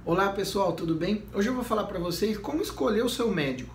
Olá pessoal, tudo bem? Hoje eu vou falar para vocês como escolher o seu médico.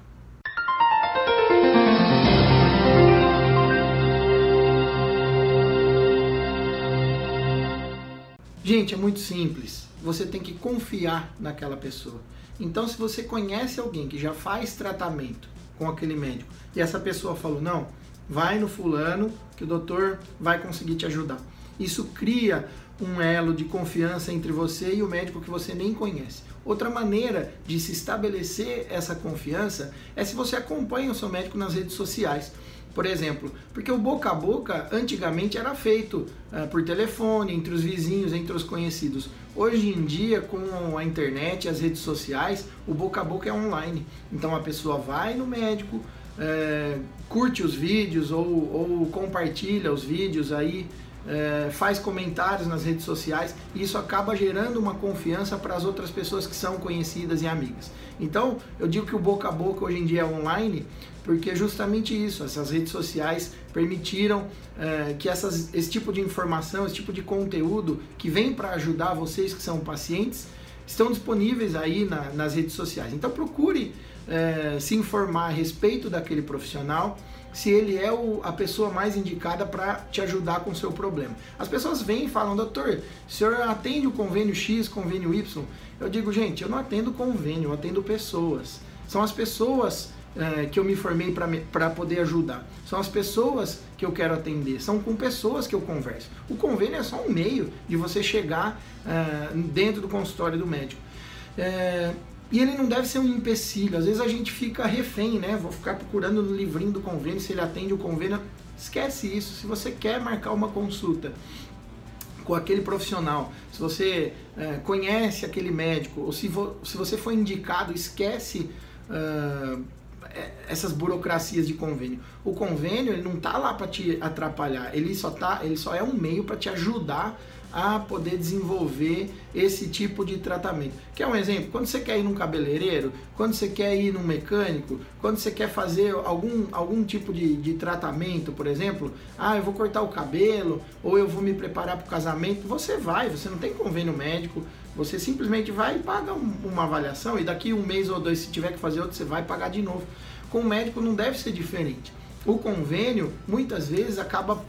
Gente, é muito simples. Você tem que confiar naquela pessoa. Então, se você conhece alguém que já faz tratamento com aquele médico e essa pessoa falou, não, vai no fulano que o doutor vai conseguir te ajudar. Isso cria um elo de confiança entre você e o médico que você nem conhece. Outra maneira de se estabelecer essa confiança é se você acompanha o seu médico nas redes sociais. Por exemplo, porque o boca a boca antigamente era feito por telefone, entre os vizinhos, entre os conhecidos. Hoje em dia, com a internet e as redes sociais, o boca a boca é online. Então a pessoa vai no médico, curte os vídeos ou compartilha os vídeos aí, faz comentários nas redes sociais e isso acaba gerando uma confiança para as outras pessoas que são conhecidas e amigas. Então, eu digo que o boca a boca hoje em dia é online porque é justamente isso, essas redes sociais permitiram que esse tipo de informação, esse tipo de conteúdo que vem para ajudar vocês que são pacientes, estão disponíveis aí nas redes sociais. Então procure se informar a respeito daquele profissional, se ele é a pessoa mais indicada para te ajudar com o seu problema. As pessoas vêm e falam, doutor, o senhor atende o convênio X, convênio Y? Eu digo, gente, eu não atendo convênio, eu atendo pessoas. São as pessoas que eu me formei para poder ajudar. São as pessoas que eu quero atender, são com pessoas que eu converso. O convênio é só um meio de você chegar dentro do consultório do médico. E ele não deve ser um empecilho. Às vezes a gente fica refém, né? Vou ficar procurando no livrinho do convênio se ele atende o convênio. Esquece isso. Se você quer marcar uma consulta com aquele profissional, se você conhece aquele médico, ou se você foi indicado, esquece essas burocracias de convênio. O convênio ele não está lá para te atrapalhar, ele só é um meio para te ajudar a poder desenvolver esse tipo de tratamento. Quer um exemplo? Quando você quer ir num cabeleireiro, quando você quer ir num mecânico, quando você quer fazer algum tipo de tratamento, por exemplo, eu vou cortar o cabelo, ou eu vou me preparar para o casamento, você não tem convênio médico, você simplesmente vai e paga uma avaliação, e daqui um mês ou dois, se tiver que fazer outro, você vai pagar de novo. Com o médico não deve ser diferente. O convênio, muitas vezes, acaba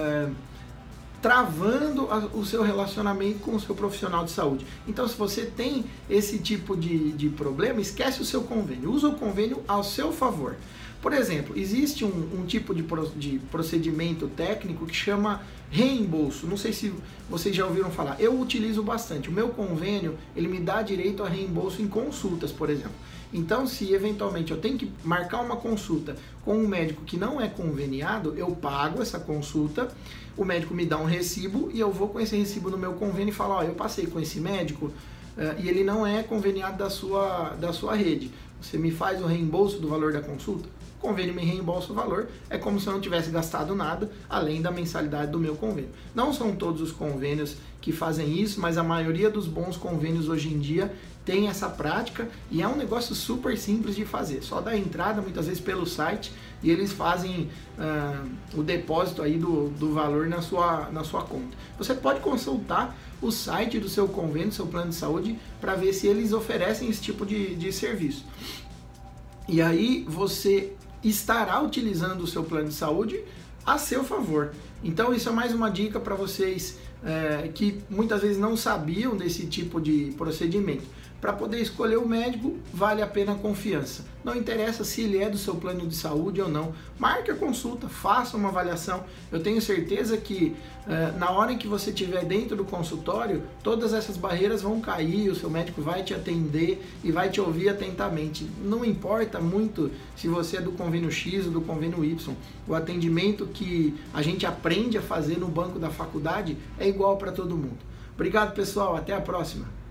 travando o seu relacionamento com o seu profissional de saúde. Então, se você tem esse tipo de problema, esquece o seu convênio. Usa o convênio ao seu favor. Por exemplo, existe um tipo de procedimento técnico que chama reembolso. Não sei se vocês já ouviram falar. Eu utilizo bastante. O meu convênio, ele me dá direito a reembolso em consultas, por exemplo. Então, se eventualmente eu tenho que marcar uma consulta com um médico que não é conveniado, eu pago essa consulta, o médico me dá um recibo e eu vou com esse recibo no meu convênio e falo, eu passei com esse médico e ele não é conveniado da sua rede. Você me faz o reembolso do valor da consulta? O convênio me reembolsa o valor, é como se eu não tivesse gastado nada, além da mensalidade do meu convênio. Não são todos os convênios que fazem isso, mas a maioria dos bons convênios hoje em dia tem essa prática e é um negócio super simples de fazer. Só dá entrada, muitas vezes pelo site, e eles fazem o depósito aí do valor na sua conta. Você pode consultar o site do seu convênio, do seu plano de saúde, para ver se eles oferecem esse tipo de serviço. E aí você estará utilizando o seu plano de saúde a seu favor. Então isso é mais uma dica para vocês que muitas vezes não sabiam desse tipo de procedimento. Para poder escolher o médico, vale a pena a confiança. Não interessa se ele é do seu plano de saúde ou não. Marque a consulta, faça uma avaliação. Eu tenho certeza que na hora em que você estiver dentro do consultório, todas essas barreiras vão cair, o seu médico vai te atender e vai te ouvir atentamente. Não importa muito se você é do convênio X ou do convênio Y. O atendimento que a gente aprende a fazer no banco da faculdade é igual para todo mundo. Obrigado, pessoal. Até a próxima.